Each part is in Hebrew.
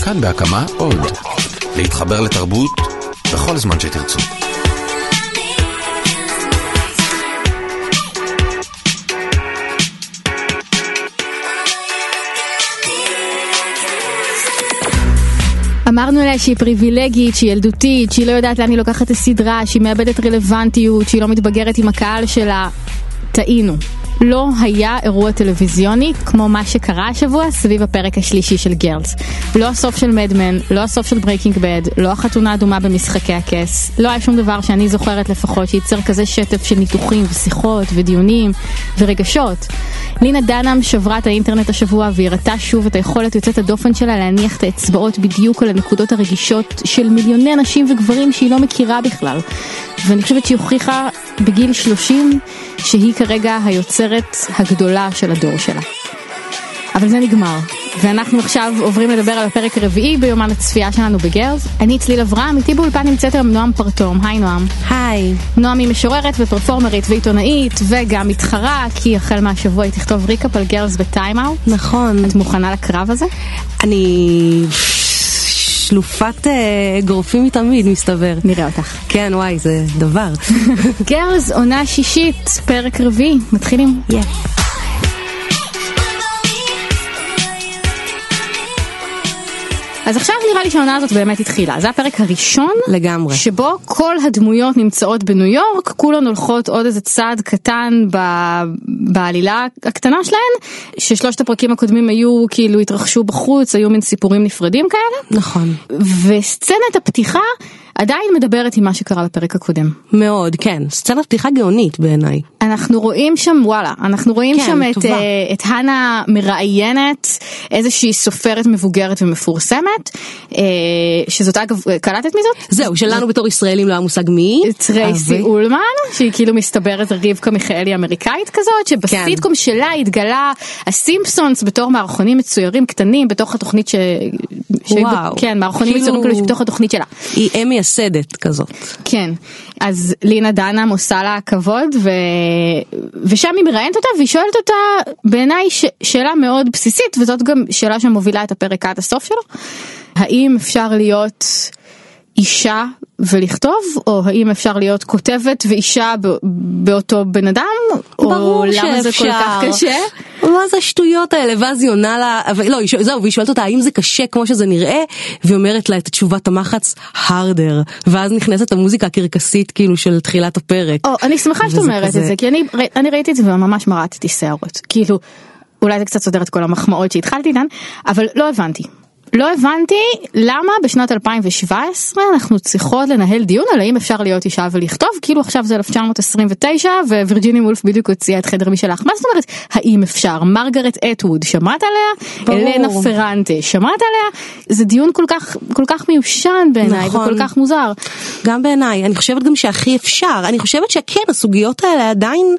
כאן בהקמה עוד. להתחבר לתרבות בכל זמן שתרצו. אמרנו לה שהיא פריבילגית, שהיא ילדותית, שהיא לא יודעת לאן היא לוקחת את הסדרה, שהיא מאבדת רלוונטיות, שהיא לא מתבגרת עם הקהל שלה. טעינו. לא היה אירוע טלוויזיוני כמו מה שקרה השבוע סביב הפרק השלישי של גרלס. לא הסוף של מדמן, לא הסוף של ברייקינג בד, לא החתונה האדומה במשחקי הכס. לא היה שום דבר שאני זוכרת לפחות שייצר כזה שטף של ניתוחים ושיחות ודיונים ורגשות. לינה דנהאם שברה את האינטרנט השבוע והראתה שוב את היכולת יוצאת הדופן שלה להניח את האצבעות בדיוק על הנקודות הרגישות של מיליוני נשים וגברים שהיא לא מכירה בכלל. ואני חושבת שהיא הוכיחה בגיל 30 שהיא כרגע היוצרת הגדולה של הדור שלה. אבל זה נגמר. ואנחנו עכשיו עוברים לדבר על הפרק הרביעי ביומן הצפייה שלנו בגרלס. אני צליל אברהם, איתי באולפן נמצאת היום נועם פרטום. היי נועם. היי. נועם היא משוררת ופרפורמרית ועיתונאית וגם מתחרה, כי החל מהשבוע היא תכתוב ריקאפ על גרלס בטיים אאוט. נכון. את מוכנה לקרב הזה? אני שלופת גורפים מתמיד מסתבר. נראה אותך. כן, וואי, זה דבר. גרלס עונה שישית, פרק רביעי. מתחילים? אז עכשיו נראה לי שהעונה הזאת באמת התחילה. זה הפרק הראשון לגמרי. שבו כל הדמויות נמצאות בניו יורק, כולן הולכות עוד איזה צעד קטן בעלילה הקטנה שלהן, ששלושת הפרקים הקודמים היו כאילו התרחשו בחוץ, היו מין סיפורים נפרדים כאלה. נכון. וסצנת הפתיחה עדיין מדברת עם מה שקרה בפרק הקודם. מאוד, כן. סצנת פתיחה גאונית בעיניי. אנחנו רואים שם, וואלה, אנחנו רואים שם את הנה מראיינת איזושהי סופרת מבוגרת ומפורסמת, שזאת אגב, קלטת מזאת? זהו, שלנו בתור ישראלים לא היה מושג מי. טרייסי אולמן, שהיא כאילו מסתברת רבקה מיכאלי אמריקאית כזאת, שבסיטקום שלה התגלה הסימפסונס בתור מערכונים מצוירים קטנים בתוך התוכנית וואו. כן, מערכונים מצוירים בתוך התוכנית שלה. היא מייסדת כזאת. כן. אז לינה דנהאם עושה לה כבוד, ושם היא מראיינת אותה, והיא שואלת אותה, בעיניי שאלה מאוד בסיסית, וזאת גם שאלה שמובילה את הפרק עד הסוף שלו. האם אפשר להיות אישה ולכתוב, או האם אפשר להיות כותבת ואישה באותו בן אדם? ברור או למה זה כל כך קשה? מה זה השטויות האלה? ואז היא עונה לה, לא, זהו, והיא שואלת אותה, האם זה קשה כמו שזה נראה? והיא אומרת לה את תשובת המחץ, harder. ואז נכנסת המוזיקה הקרקסית כאילו של תחילת הפרק. אני שמחה שאת אומרת את זה, כי אני ראיתי את זה וממש מרעתתי שערות. כאילו, אולי זה קצת סותר את כל המחמאות שהתחלתי איתן, אבל לא הבנתי למה בשנת 2017 אנחנו צריכות לנהל דיון על האם אפשר להיות אישה ולכתוב, כאילו עכשיו זה 1929 ווירג'יני וולף בדיוק הוציאה את חדר משלך. מה זאת אומרת האם אפשר? מרגרט אטווד, שמעת עליה? אלנה פרנטה, שמעת עליה? זה דיון כל כך מיושן בעיניי, נכון. וכל כך מוזר. גם בעיניי, אני חושבת גם שהכי אפשר, אני חושבת שכן, הסוגיות האלה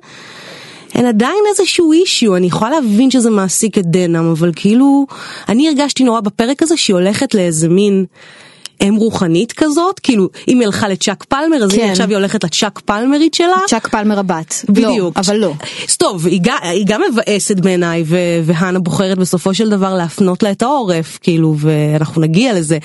הן עדיין איזשהו אישיו, אני יכולה להבין שזה מעסיק את דנהאם, אבל כאילו, אני הרגשתי נורא בפרק הזה שהיא הולכת לאיזה מין אם רוחנית כזאת, כאילו, אם היא הלכה לצ'אק פלמר, אז היא עכשיו היא הולכת לצ'אק פלמרית שלה. צ'אק פלמר הבת. בדיוק. לא, אבל לא. טוב, היא גם מבאסת בעיניי, והנה בוחרת בסופו של דבר להפנות לה את העורף, כאילו, ואנחנו נגיע לזה.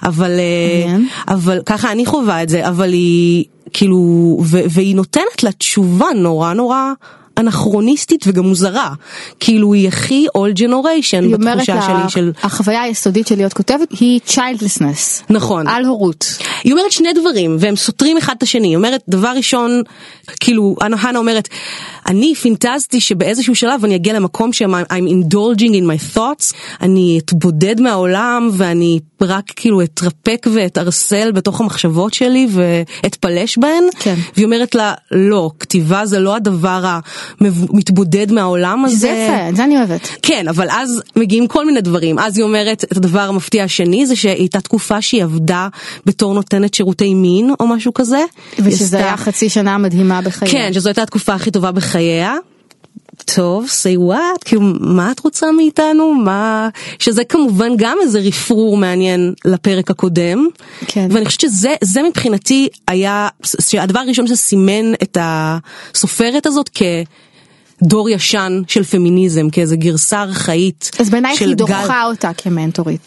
אבל ככה אני חווה את זה, אבל היא, כאילו, והיא נותנת לה תשובה נורא נורא אנכרוניסטית וגם מוזרה. כאילו היא הכי old generation בתחושה שלי של... החוויה היסודית של להיות כותבת היא childlessness. נכון. על הורות. היא אומרת שני דברים והם סותרים אחד את השני. היא אומרת דבר ראשון, כאילו הנה אומרת, אני פינטזתי שבאיזשהו שלב אני אגיע למקום I'm indulging in my thoughts, אני אתבודד מהעולם ואני רק כאילו אתרפק ואתארסל בתוך המחשבות שלי ואתפלש בהן. כן. והיא אומרת לה, לא, כתיבה זה לא הדבר מתבודד מהעולם הזה. זה יפה, זה אני אוהבת. כן, אבל אז מגיעים כל מיני דברים. אז היא אומרת, את הדבר המפתיע השני, זה שהייתה תקופה שהיא עבדה בתור נותנת שירותי מין, או משהו כזה. ושזה היה חצי שנה מדהימה בחייה. כן, שזו הייתה התקופה הכי טובה בחייה. טוב, say what? כאילו, מה את רוצה מאיתנו? שזה כמובן גם איזה רפרור מעניין לפרק הקודם. כן. ואני חושבת שזה מבחינתי היה, שהדבר הראשון שסימן את הסופרת הזאת כדור ישן של פמיניזם, כאיזה גרסה ארכאית. אז בעינייך היא דוחה אותה כמנטורית.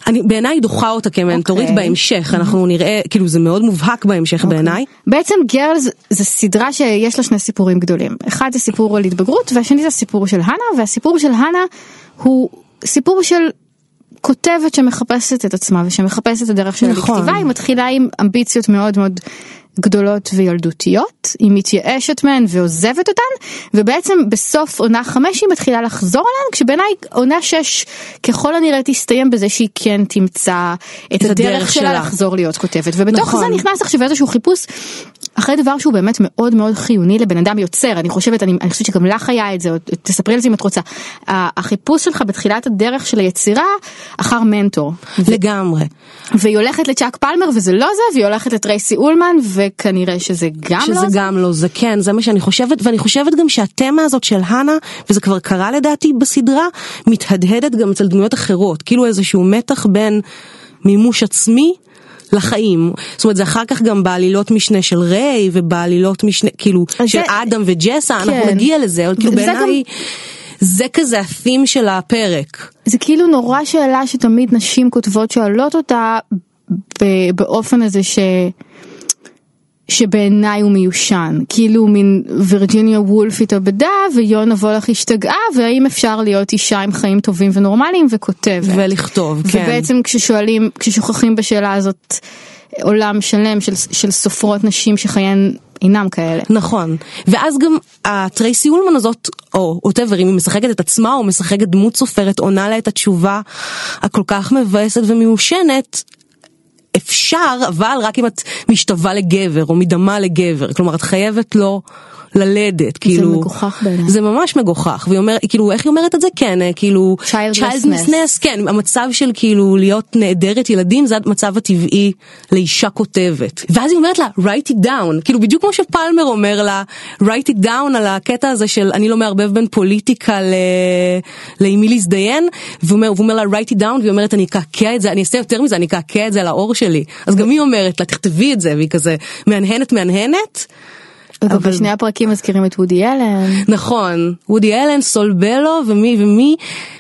בעיניי דוחה אותה כמנטורית בהמשך, אנחנו נראה, כאילו זה מאוד מובהק בהמשך בעיניי. בעצם גרלס זה סדרה שיש לה שני סיפורים גדולים. אחד זה סיפור על התבגרות, והשני זה סיפור של הנה, והסיפור של הנה הוא סיפור של כותבת שמחפשת את עצמה, ושמחפשת את הדרך שלה בכתיבה, היא מתחילה עם אמביציות מאוד מאוד גדולות וילדותיות, היא מתייאשת מהן ועוזבת אותן, ובעצם בסוף עונה 5 היא מתחילה לחזור עליהן, כשבעיניי עונה 6 ככל הנראה תסתיים בזה שהיא כן תמצא את הדרך שלה לחזור להיות כותבת, ובתוך זה נכנס עכשיו איזשהו חיפוש אחרי דבר שהוא באמת מאוד מאוד חיוני לבן אדם יוצר. אני חושבת שגם לך היה את זה, תספרי על זה אם את רוצה. החיפוש שלך בתחילת הדרך של היצירה אחר מנטור. לגמרי. והיא הולכת לצ'אק פלמר וזה לא זה, והיא הולכת לטרייסי אולמן וכנראה שזה גם לא זה. שזה גם לא זה, כן, זה מה שאני חושבת, ואני חושבת גם שהתמה הזאת של הנה, וזה כבר קרה לדעתי בסדרה, מתהדהדת גם אצל דמויות אחרות, כאילו איזשהו מתח בין מימוש עצמי לחיים. זאת אומרת, זה אחר כך גם בעלילות משנה של ריי, ובעלילות משנה, כאילו, של אדם וג'סה, אנחנו נגיע לזה, כאילו בעיניי, זה כזה התים של הפרק. זה כאילו נורא שאלה שתמיד נשים כותבות שואלות אותה, באופן הזה שבעיניי הוא מיושן, כאילו מין וירג'יניה וולף התאבדה ויונה וולך השתגעה, והאם אפשר להיות אישה עם חיים טובים ונורמליים וכותבת ולכתוב, כן. ובעצם כששוכחים בשאלה הזאת עולם שלם של סופרות נשים שחיין אינם כאלה. נכון. ואז גם הטרייסי אולמן הזאת, או whatever, אם היא משחקת את עצמה או משחקת דמות סופרת, עונה לה את התשובה הכל כך מבאסת ומיושנת, אפשר, אבל רק אם את משתווה לגבר או מדמה לגבר, כלומר את חייבת לו ללדת, כאילו, זה מגוחך בעיניי. זה ממש מגוחך, והיא אומרת, כאילו, איך היא אומרת את זה? כן, כאילו, childlessness, כן, המצב של כאילו להיות נעדרת ילדים, זה המצב הטבעי לאישה כותבת. ואז היא אומרת לה, write it down, כאילו בדיוק כמו שפלמר אומר לה, write it down על הקטע הזה של אני לא מערבב בין פוליטיקה לאמי להזדיין, והוא אומר לה, write it down, והיא אומרת, אני אקעקע את זה, אני אעשה יותר מזה, אני אקעקע את זה על האור שלי. אז גם היא אומרת לה, תכתבי את זה, והיא כזה מהנהנת, אבל בשני הפרקים מזכירים את וודי אלן. נכון, וודי אלן, סול בלו ומי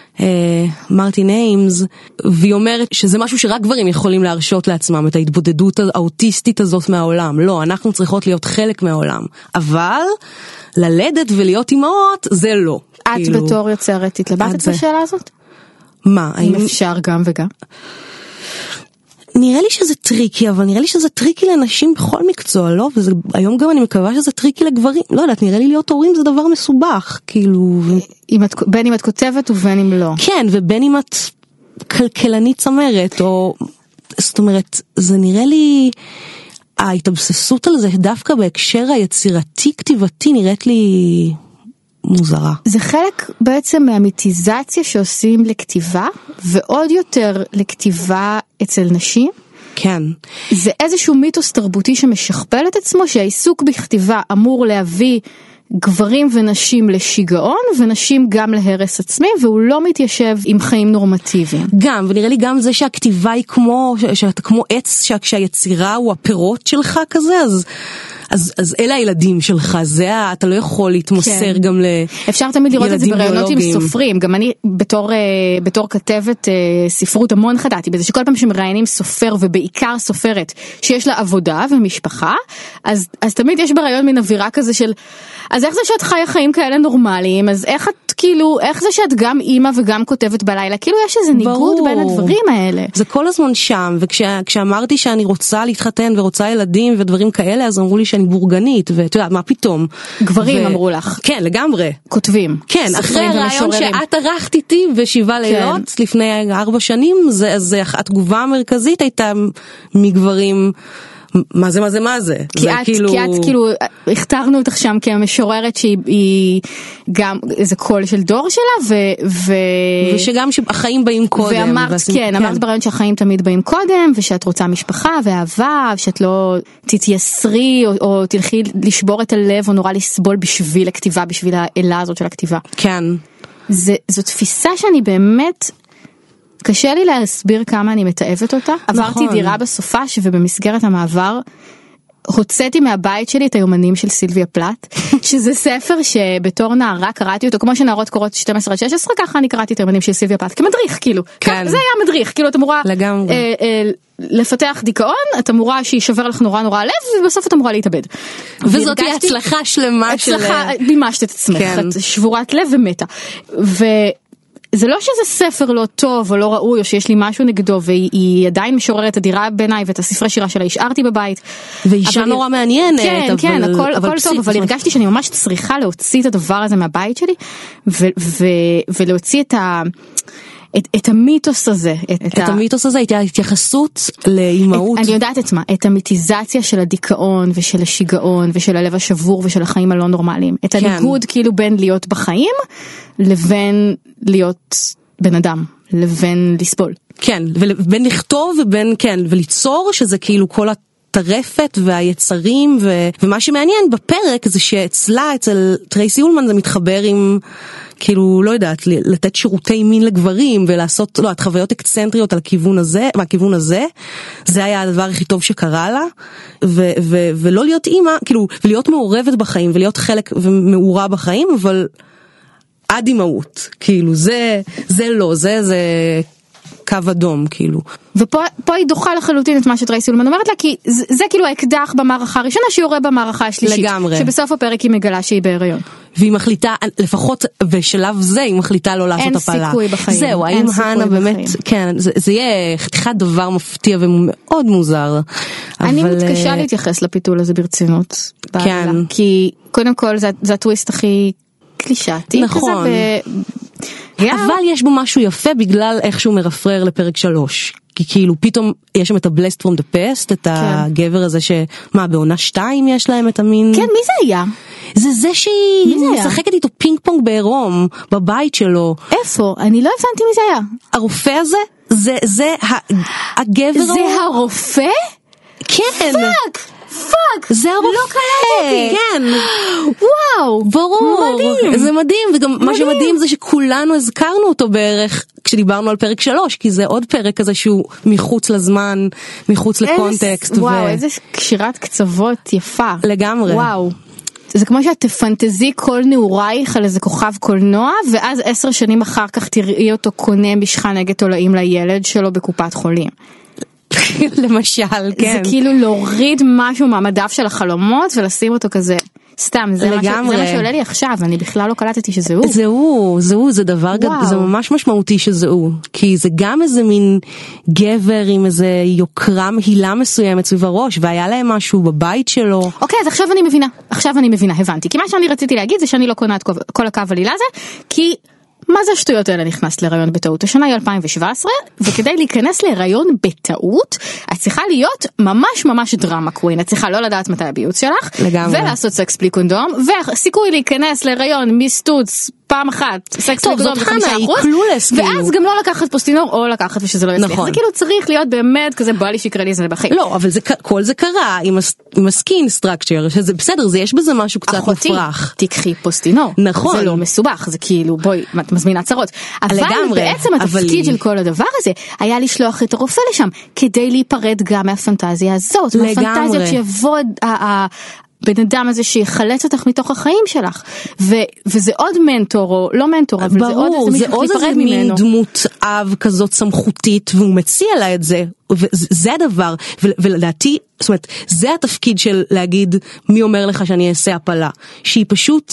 מרטין איימס, והיא אומרת שזה משהו שרק גברים יכולים להרשות לעצמם, את ההתבודדות האוטיסטית הזאת מהעולם. לא, אנחנו צריכות להיות חלק מהעולם, אבל ללדת ולהיות אימהות זה לא. את בתור יוצרת התלבטת בשאלה הזאת? מה? אם אפשר גם וגם? נראה לי שזה טריקי, אבל נראה לי שזה טריקי לנשים בכל מקצוע, לא? והיום גם אני מקווה שזה טריקי לגברים. לא יודעת, נראה לי להיות הורים זה דבר מסובך, כאילו. בין אם את כותבת ובין אם לא. כן, ובין אם את כלכלנית צמרת, או, זאת אומרת, זה נראה לי, ההתבססות על זה דווקא בהקשר היצירתי, כתיבתי, נראית לי מוזרה. זה חלק בעצם מהמיטיזציה שעושים לכתיבה, ועוד יותר לכתיבה אצל נשים. כן. זה איזשהו מיתוס תרבותי שמשכפל את עצמו, שהעיסוק בכתיבה אמור להביא גברים ונשים לשיגעון, ונשים גם להרס עצמי, והוא לא מתיישב עם חיים נורמטיביים. גם, ונראה לי גם זה שהכתיבה היא שאתה כמו עץ, שהיצירה הוא הפירות שלך כזה, אז אלה הילדים שלך, אתה לא יכול להתמוסר גם לילדים ביולוגיים. אפשר תמיד לראות את זה ברעיונות עם סופרים, גם אני בתור כתבת ספרות המון חדעתי בזה, שכל פעם שמראיינים סופר ובעיקר סופרת שיש לה עבודה ומשפחה, אז תמיד יש ברעיון מן אווירה כזה של, אז איך זה שאת חיה חיים כאלה נורמליים, אז איך את כאילו, איך זה שאת גם אימא וגם כותבת בלילה, כאילו יש איזה ניגוד בין הדברים האלה. זה כל הזמן שם, וכשאמרתי שאני רוצה להתחתן ורוצה ילדים ודברים כאלה, אז אמרו לי שאני בורגנית, ואתה יודע, מה פתאום? גברים אמרו לך. כן, לגמרי. כותבים. כן, אחרי הרעיון שאת ערכת איתי בשבעה לילות, לפני 4 שנים, התגובה המרכזית הייתה מגברים, מה זה? כי את כאילו, הכתרנו אותך שם כמשוררת שהיא גם איזה קול של דור שלה, ושגם שהחיים באים קודם. ואמרת, כן, אמרת ברעיון שהחיים תמיד באים קודם, ושאת רוצה משפחה ואהבה, ושאת לא תתייסרי, או תלכי לשבור את הלב, או נורא לסבול בשביל הכתיבה, בשביל האלה הזאת של הכתיבה. כן. זו תפיסה שאני באמת, קשה לי להסביר כמה אני מתאהבת אותה. עברתי דירה בסופש, ובמסגרת המעבר הוצאתי מהבית שלי את היומנים של סילביה פלט, שזה ספר שבתור נערה קראתי אותו, כמו שנערות קוראות 12-16, ככה אני קראתי את היומנים של סילביה פלט, כמדריך, כאילו. כן. זה היה מדריך, כאילו, את אמורה לגמרי. לפתח דיכאון, את אמורה שישבר לך נורא נורא הלב, ובסוף את אמורה להתאבד. וזאת היא הצלחה שלמה של... הצלחה, בימשת את עצמך, את שבורת לב ומתה. זה לא שזה ספר לא טוב או לא ראוי או שיש לי משהו נגדו, והיא עדיין משוררת אדירה בעיניי, ואת הספרי שירה שלה השארתי בבית. ואישה נורא מעניינת. כן, כן, הכל טוב, אבל הרגשתי שאני ממש צריכה להוציא את הדבר הזה מהבית שלי, ולהוציא את המיתוס הזה. את המיתוס הזה, את ההתייחסות לאימהות. אני יודעת את מה, את המיתיזציה של הדיכאון ושל השיגעון ושל הלב השבור ושל החיים הלא נורמליים. את הניגוד כאילו בין להיות בחיים לבין להיות בן אדם, לבין לסבול. כן, ובין לכתוב ובין, כן, וליצור, שזה כאילו כל הטרפת והיצרים, ומה שמעניין בפרק זה שאצלה, אצל טרייסי אולמן, זה מתחבר עם, כאילו, לא יודעת, לתת שירותי מין לגברים, ולעשות, לא, את חוויות אקצנטריות על הכיוון הזה, מהכיוון הזה, זה היה הדבר הכי טוב שקרה לה, ולא להיות אימא, כאילו, ולהיות מעורבת בחיים, ולהיות חלק ומעורה בחיים, אבל עד אימהות, כאילו, זה לא, זה קו אדום, כאילו. ופה היא דוחה לחלוטין את מה שטרייסי אולמן אומרת לה, כי זה כאילו האקדח במערכה הראשונה שיורה במערכה השלישית. לגמרי. שבסוף הפרק היא מגלה שהיא בהיריון. והיא מחליטה, לפחות בשלב זה, היא מחליטה לא לעשות הפלה. אין סיכוי בחיים. זהו, האם הנה באמת, כן, זה יהיה חתיכת דבר מפתיע ומאוד מוזר. אני מתקשה להתייחס לפיתול הזה ברצינות. כן. כי קודם כל זה הטוויסט הכי קלישאתי. נכון. אבל יש בו משהו יפה בגלל איך שהוא מרפרר לפרק 3. כי כאילו פתאום יש שם את ה-Blessed from the Past, את הגבר הזה שמה, בעונה 2 יש להם את המין... כן, מי זה היה? זה שהיא משחקת איתו פינג פונג בעירום, בבית שלו. איפה? אני לא הבנתי מי זה היה. הרופא הזה? זה הגבר... זה הרופא? כן. פאק, זה הרופא. לא קלטתי. כן. וואו, ברור. מדהים. זה מדהים, וגם מה שמדהים זה שכולנו הזכרנו אותו בערך כשדיברנו על פרק 3, כי זה עוד פרק כזה שהוא מחוץ לזמן, מחוץ לקונטקסט. וואו, איזה קשירת קצוות יפה. לגמרי. וואו. זה כמו שאת תפנטזי כל נעורייך על איזה כוכב קולנוע, ואז 10 שנים אחר כך תראי אותו קונה משחה נגד תולעים לילד שלו בקופת חולים. למשל, כן. זה כאילו להוריד משהו מהמדף של החלומות ולשים אותו כזה. סתם, זה מה שעולה לי עכשיו, אני בכלל לא קלטתי שזה הוא. זה דבר, זה ממש משמעותי שזה הוא, כי זה גם איזה מין גבר עם איזה יוקרה מהילה מסוימת סביב הראש, והיה להם משהו בבית שלו. אוקיי, אז עכשיו אני מבינה, הבנתי, כי מה שאני רציתי להגיד זה שאני לא קונה את כל הקו עלילה הזה, כי מה זה השטויות האלה נכנסת להיריון בטעות? השנה היא 2017, וכדי להיכנס להיריון בטעות, את צריכה להיות ממש ממש דרמה קווין, את צריכה לא לדעת מתי הביוץ שלך, לגמרי. ולעשות סקס בלי קונדום, וסיכוי להיכנס להיריון מסטוץ פעם אחת, סקס בלי קונדום ב5%, ואז גם לא לקחת פוסטינור או לקחת ושזה לא יצליח. זה כאילו צריך להיות באמת כזה בא לי שיקרה לי זה בחיים. לא, אבל כל זה קרה עם הסקין סטרקצ'ר, שזה בסדר, יש בזה משהו קצת מופרך. תיקחי פוסטינור. נכון. זה לא מסובך, זה כאילו בואי, את מזמינה צרות. אבל בעצם התפקיד של כל הדבר הזה היה לשלוח את הרופא לשם, כדי להיפרד גם מהפנטזיה הזאת, מהפנטזיה שיבוא בן אדם הזה שיחלץ אותך מתוך החיים שלך, וזה עוד מנטור או לא מנטור, אבל זה עוד איזה מין דמות אב כזאת סמכותית, והוא מציע לה את זה, וזה הדבר, ולדעתי, זאת אומרת, זה התפקיד של להגיד מי אומר לך שאני אעשה הפלה, שהיא פשוט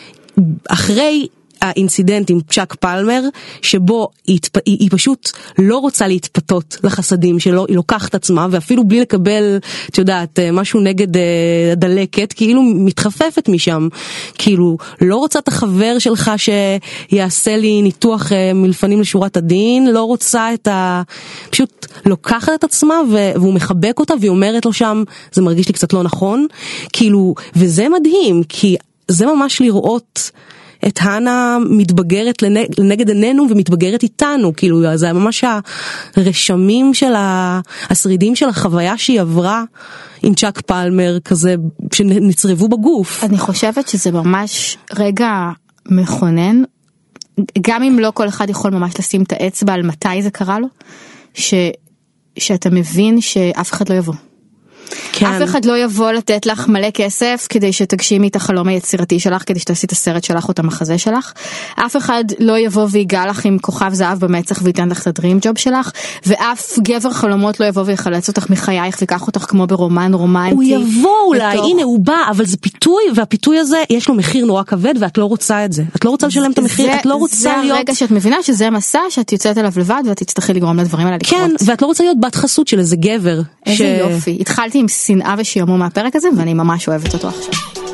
אחרי האינסידנט עם צ'אק פלמר, שבו היא פשוט לא רוצה להתפתות לחסדים שלו, היא לוקחת עצמה, ואפילו בלי לקבל, את יודעת, משהו נגד הדלקת, כאילו מתחפפת משם, כאילו לא רוצה את החבר שלך שיעשה לי ניתוח מלפנים לשורת הדין, לא רוצה פשוט לוקחת את עצמה, והוא מחבק אותה, והיא אומרת לו שם, זה מרגיש לי קצת לא נכון, כאילו, וזה מדהים, כי זה ממש לראות את הנה מתבגרת לנגד עינינו ומתבגרת איתנו, כאילו זה ממש הרשמים של השרידים של החוויה שהיא עברה עם צ'אק פלמר כזה שנצרבו בגוף. אני חושבת שזה ממש רגע מכונן, גם אם לא כל אחד יכול ממש לשים את האצבע על מתי זה קרה לו, שאתה מבין שאף אחד לא יבוא. אף אחד לא יבוא לתת לך מלא כסף כדי שתגשימי את החלום היצירתי שלך, כדי שתעשי את הסרט שלך או את המחזה שלך. אף אחד לא יבוא ויגע לך עם כוכב זהב במצח וייתן לך את הדרים ג'וב שלך, ואף גבר חלומות לא יבוא ויחלץ אותך מחייך ויקח אותך כמו ברומן רומנטי. הוא יבוא אולי, הנה הוא בא, אבל זה פיתוי, והפיתוי הזה יש לו מחיר נורא כבד ואת לא רוצה את זה. את לא רוצה לשלם את המחיר, את לא רוצה להיות... זה הרגע שאת מבינה שזה מסע שאת יוצאת אליו לבד ואת תצטרכי לגרום לדברים האלה לקרות. כן, ואת לא רוצה להיות בת חסות של איזה גבר. איזה יופי. התחלתי עם שנאה ושיעמום מהפרק הזה ואני ממש אוהבת אותו עכשיו.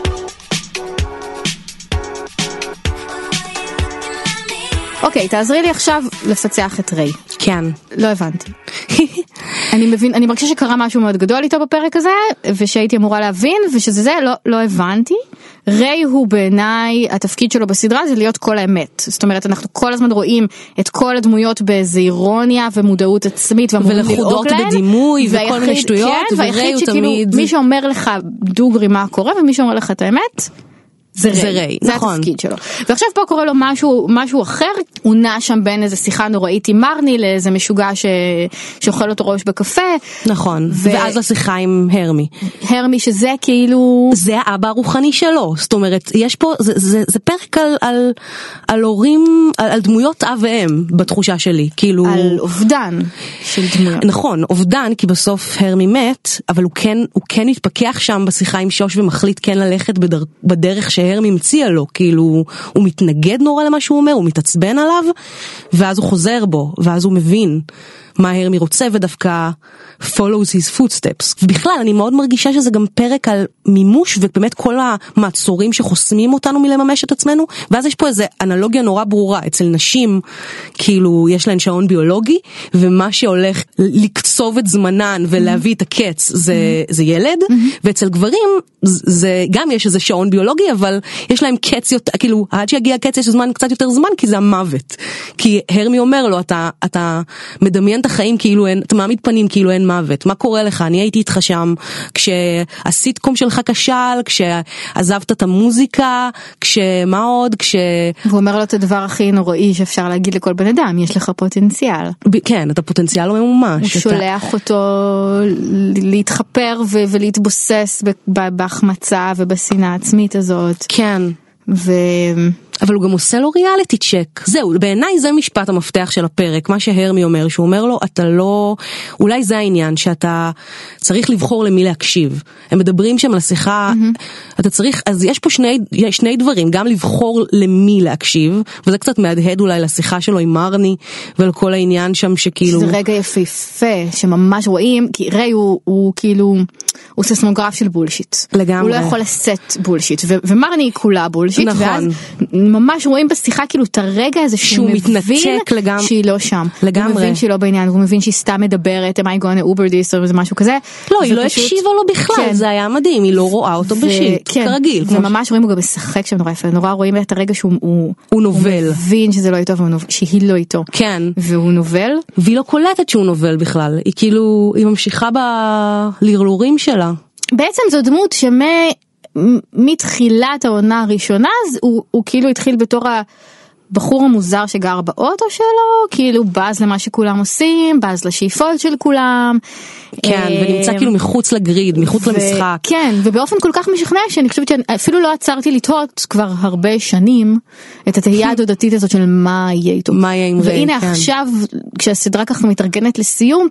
אוקיי, תעזרי לי עכשיו לפצח את ריי. כן. לא הבנתי. אני מרגישה שקרה משהו מאוד גדול איתו בפרק הזה, ושהייתי אמורה להבין, ושזה לא הבנתי. ריי הוא בעיניי, התפקיד שלו בסדרה זה להיות כל האמת. זאת אומרת, אנחנו כל הזמן רואים את כל הדמויות באיזו אירוניה ומודעות עצמית, ולחודות בדימוי וכל מיני שטויות, וריי הוא תמיד... מי שאומר לך דוגרי מה קורה, ומי שאומר לך את האמת... זה ריי, זה נכון. התפקיד שלו. ועכשיו פה קורה לו משהו אחר, הוא נע שם בין איזה שיחה נוראית עם מרני לאיזה משוגע שאוכל אותו ראש בקפה. נכון, ואז לשיחה עם הרמי. הרמי שזה כאילו... זה האבא הרוחני שלו, זאת אומרת, יש פה, זה פרק על הורים, על דמויות אב ואם, בתחושה שלי, כאילו... על אובדן של דמויות. נכון, אובדן, כי בסוף הרמי מת, אבל הוא כן התפכח שם בשיחה עם שוש ומחליט כן ללכת בדרך הרמי מציע לו, כאילו הוא מתנגד נורא למה שהוא אומר, הוא מתעצבן עליו, ואז הוא חוזר בו, ואז הוא מבין מה הרמי רוצה, ודווקא follows his footsteps. ובכלל, אני מאוד מרגישה שזה גם פרק על מימוש, ובאמת כל המעצורים שחוסמים אותנו מלממש את עצמנו, ואז יש פה איזו אנלוגיה נורא ברורה, אצל נשים, כאילו, יש להן שעון ביולוגי, ומה שהולך לקצוב את זמנן, ולהביא את הקץ, זה ילד, ואצל גברים, זה גם יש איזה שעון ביולוגי, אבל יש להם קץ יותר, כאילו, עד שיגיע הקץ יש זמן, קצת יותר זמן, כי זה המוות. כי הרמי אומר לו, אתה מדמיין את החיים כאילו אין, אתה מעמיד פנים כאילו אין מוות. מה קורה לך? אני הייתי איתך שם כשהסיטקום שלך כשל, כשעזבת את המוזיקה, מה עוד? והוא אומר לו את הדבר הכי נוראי שאפשר להגיד לכל בן אדם, יש לך פוטנציאל. כן, אתה פוטנציאל לא ממומש. הוא שולח אותו להתחפר ולהתבוסס בהחמצה ובשנאה העצמית הזאת. כן. אבל הוא גם עושה לו ריאליטי צ'ק. זהו, בעיניי זה משפט המפתח של הפרק, מה שהרמי אומר, שהוא אומר לו, אתה לא, אולי זה העניין, שאתה צריך לבחור למי להקשיב. הם מדברים שם על השיחה, אתה צריך, אז יש פה שני דברים, גם לבחור למי להקשיב, וזה קצת מהדהד אולי לשיחה שלו עם מרני, ולכל העניין שם שכאילו... זה רגע יפהפה, שממש רואים, כי ריי הוא כאילו, הוא ססמוגרף של בולשיט. לגמרי. הוא לא יכול לשאת בולשיט, ומרני כולה בולשיט, נכון. ואז ממש רואים בשיחה כאילו את הרגע הזה שהוא מבין שהיא לא שם. לגמרי. הוא מבין שהיא לא בעניין, הוא מבין שהיא סתם מדברת, am I going to Uber this או משהו כזה. לא, היא לא הקשיבה לו בכלל, כן. זה היה מדהים, היא לא רואה אותו בשיט, כן. כרגיל. וממש רואים הוא גם משחק שם נורא יפה, נורא רואים את הרגע שהוא נובל. הוא מבין שזה לא איתו, שהיא לא איתו. כן. והוא נובל. והיא לא קולטת שהוא נובל בכלל, היא כאילו, היא ממשיכה בלרלורים שלה. בעצם זו דמות מתחילת העונה הראשונה, אז הוא כאילו התחיל בתור הבחור המוזר שגר באוטו שלו, כאילו בז למה שכולם עושים, בז לשאיפות של כולם. כן, ונמצא כאילו מחוץ לגריד, מחוץ למשחק. כן, ובאופן כל כך משכנע שאני חושבת שאפילו לא עצרתי לתהות כבר הרבה שנים את התהייה הדודתית הזאת של מה יהיה איתו. מה יהיה עם ריי, והנה עכשיו, כשהסדרה ככה מתארגנת לסיום,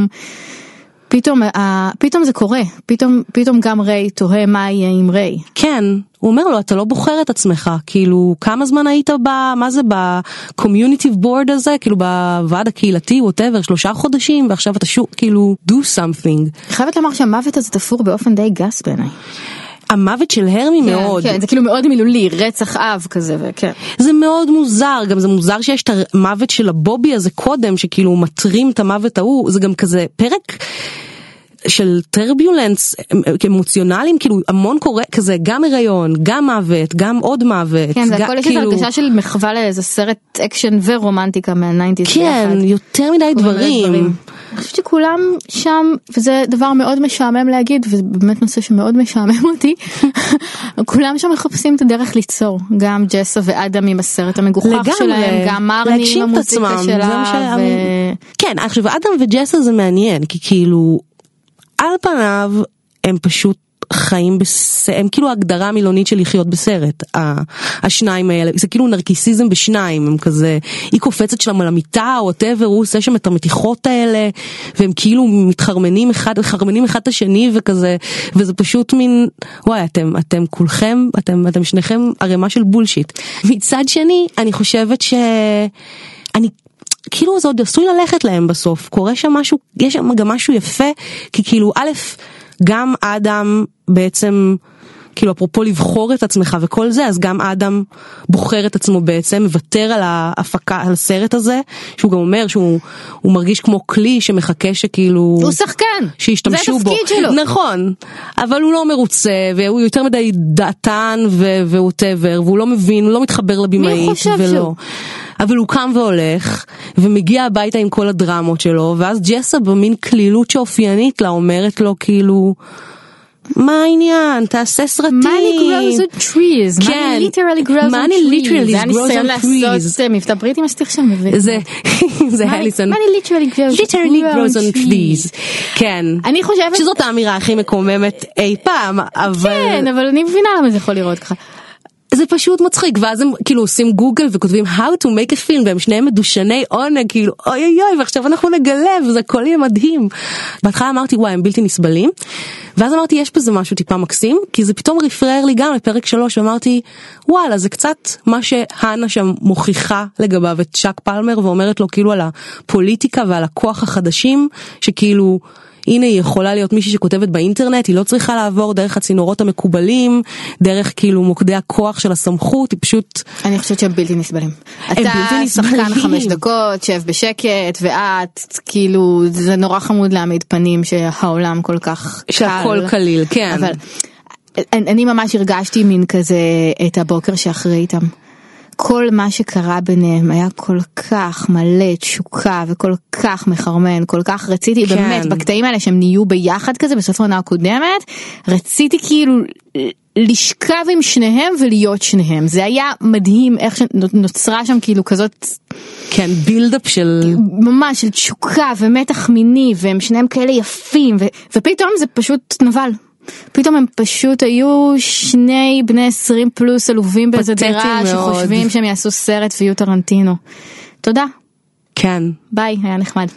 פתאום זה קורה, פתאום גם ריי תוהה מה יהיה עם ריי. כן, הוא אומר לו, אתה לא בוחר את עצמך, כאילו, כמה זמן היית מה זה, בקומיוניטיב בורד הזה, כאילו, בוועד הקהילתי, whatever, 3 חודשים, ועכשיו אתה כאילו, do something. חייבת לומר שהמוות הזה תפור באופן די גס בעיניי. המוות של הרמי מאוד. כן, זה כאילו מאוד מילולי, רצח אב כזה, וכן. זה מאוד מוזר, גם זה מוזר שיש את המוות של הבובי הזה קודם, שכאילו הוא מטרים את המוות ההוא, זה גם כזה פרק של טרביולנס אמוציונליים, כאילו המון קורה, כזה גם הריון, גם מוות, גם עוד מוות. כן, זה הכל יש את הרגשה של מחווה לאיזה סרט אקשן ורומנטיקה מה-90s. כן, יותר מדי דברים. אני חושבת שכולם שם, וזה דבר מאוד משעמם להגיד, וזה באמת נושא שמאוד משעמם אותי, כולם שם מחפשים את הדרך ליצור, גם ג'סה ואדם עם הסרט המגוחך שלהם, גם מרני עם המוזיקה שלה. כן, עכשיו אדם וג'סה זה מעניין, כי כאילו על פניו הם פשוט חיים הם כאילו ההגדרה המילונית של לחיות בסרט, השניים האלה, זה כאילו נרקיסיזם בשניים, הם כזה, היא קופצת שלהם על המיטה, או whatever, הוא עושה שם את המתיחות האלה, והם כאילו מתחרמנים אחד את השני וכזה, וזה פשוט מין, וואי, אתם כולכם, אתם שניכם ערימה של בולשיט. מצד שני, אני חושבת כאילו זה עוד עשוי ללכת להם בסוף, קורה שם משהו, יש שם גם משהו יפה, כי כאילו א', גם האדם בעצם, כאילו אפרופו לבחור את עצמך וכל זה, אז גם האדם בוחר את עצמו בעצם, מוותר על ההפקה, על הסרט הזה, שהוא גם אומר שהוא מרגיש כמו כלי שמחכה שכאילו... הוא שחקן, שישתמשו בו. זה התפקיד שלו. נכון, אבל הוא לא מרוצה, והוא יותר מדי דעתן ווטאבר, והוא לא מבין, הוא לא מתחבר לבמאית. מי חושב ולא. שהוא? אבל הוא קם והולך, ומגיע הביתה עם כל הדרמות שלו, ואז ג'סה במין כלילות שאופיינית לה, אומרת לו כאילו, מה העניין? תעשה סרטים. Money grows on trees. כן. Money literally grows on trees. Money literally זה grows הניסיון on trees. לעשות מבטא בריטי משתיך שם. זה הליסון. Money literally grows on trees. כן. אני חושבת... שזאת האמירה הכי מקוממת אי פעם, אבל... כן, אבל אני מבינה למה זה יכול לראות ככה. זה פשוט מצחיק, ואז הם כאילו עושים גוגל וכותבים how to make a film, והם שניהם מדושני עונג, כאילו אוי אוי אוי, ועכשיו אנחנו נגלה, וזה הכל יהיה מדהים. בהתחלה אמרתי וואי, הם בלתי נסבלים, ואז אמרתי יש בזה משהו טיפה מקסים, כי זה פתאום רפרר לי גם לפרק 3, ואמרתי וואלה, זה קצת מה שהנה שם מוכיחה לגביו את שק פלמר, ואומרת לו כאילו על הפוליטיקה ועל הכוח החדשים, שכאילו... הנה היא יכולה להיות מישהי שכותבת באינטרנט, היא לא צריכה לעבור דרך הצינורות המקובלים, דרך כאילו מוקדי הכוח של הסמכות, היא פשוט... אני חושבת שהם בלתי נסבלים. אתה שחקן 5 דקות, שב בשקט, ואת, כאילו, זה נורא חמוד להעמיד פנים שהעולם כל כך קל. שהכל קליל, כן. אבל אני ממש הרגשתי מין כזה את הבוקר שאחרי איתם. כל מה שקרה ביניהם היה כל כך מלא תשוקה וכל כך מחרמן, כל כך רציתי, כן. באמת, בקטעים האלה שהם נהיו ביחד כזה בסוף העונה הקודמת, רציתי כאילו לשכב עם שניהם ולהיות שניהם. זה היה מדהים איך שנוצרה שם כאילו כזאת... כן, בילדאפ של... ממש של תשוקה ומתח מיני, והם שניהם כאלה יפים, ופתאום זה פשוט נבל. פתאום הם פשוט היו שני בני 20 פלוס עלובים באיזה דירה שחושבים שהם יעשו סרט ויהיו טרנטינו. תודה. כן. ביי, היה נחמד.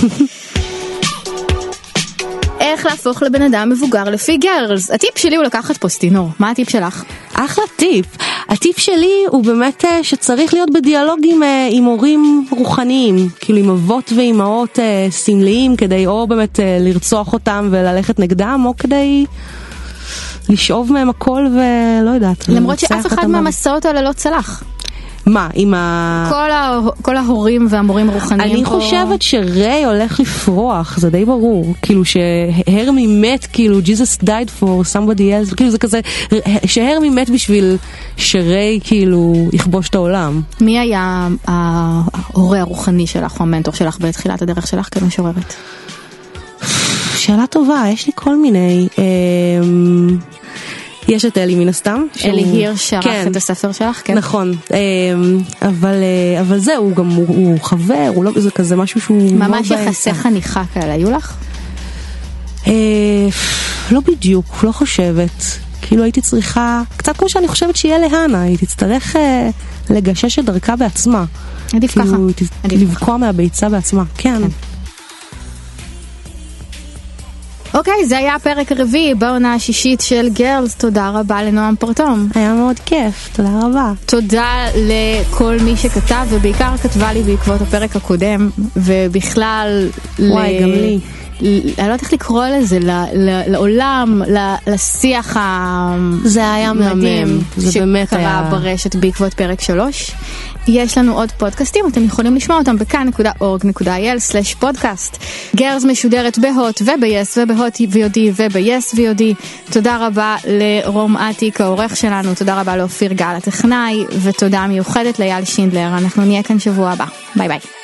איך להפוך לבן אדם מבוגר לפי גרלס? הטיפ שלי הוא לקחת פוסטינור. מה הטיפ שלך? אחלה טיפ. הטיפ שלי הוא באמת שצריך להיות בדיאלוג עם הורים רוחניים, כאילו עם אבות ואימהות סמליים, כדי או באמת לרצוח אותם וללכת נגדם, או כדי לשאוב מהם הכל ולא יודעת. למרות שאף אחד מהמסעות האלה לא צלח. מה, עם ה... כל ההורים והמורים הרוחניים אני חושבת שריי הולך לפרוח, זה די ברור. כאילו שהרמי מת, כאילו Jesus died for somebody else, כאילו זה כזה, שהרמי מת בשביל שריי כאילו יכבוש את העולם. מי היה ההורה הרוחני שלך או המנטור שלך בתחילת הדרך שלך כמשוררת? שאלה טובה, יש לי כל מיני... יש את אלי מן הסתם. אלי הירש שערך את הספר שלך, כן. נכון, אבל זהו, גם הוא חבר, הוא לא, זה כזה משהו שהוא... ממש יחסי חניכה כאלה, היו לך? לא בדיוק, לא חושבת. כאילו הייתי צריכה, קצת כמו שאני חושבת שיהיה להנה, היא תצטרך לגשש את דרכה בעצמה. עדיף ככה. לבקוע מהביצה בעצמה, כן. אוקיי, זה היה הפרק הרביעי בעונה השישית של גרלס. תודה רבה לנועם פרטום. היה מאוד כיף, תודה רבה. תודה לכל מי שכתב, ובעיקר כתבה לי בעקבות הפרק הקודם, ובכלל... וואי, גם לי. אני לא יודעת איך לקרוא לזה, לעולם, לשיח זה היה מדהים, זה באמת היה... שקרה ברשת בעקבות פרק 3. יש לנו עוד פודקאסטים, אתם יכולים לשמוע אותם בכאן.org.il/פודקאסט. גרלס משודרת בהוט וביס ובהוט ויודי וביס ויודי. תודה רבה לרום עתיק העורך שלנו, תודה רבה לאופיר גל הטכנאי, ותודה מיוחדת לאייל שינדלר. אנחנו נהיה כאן שבוע הבא. ביי ביי.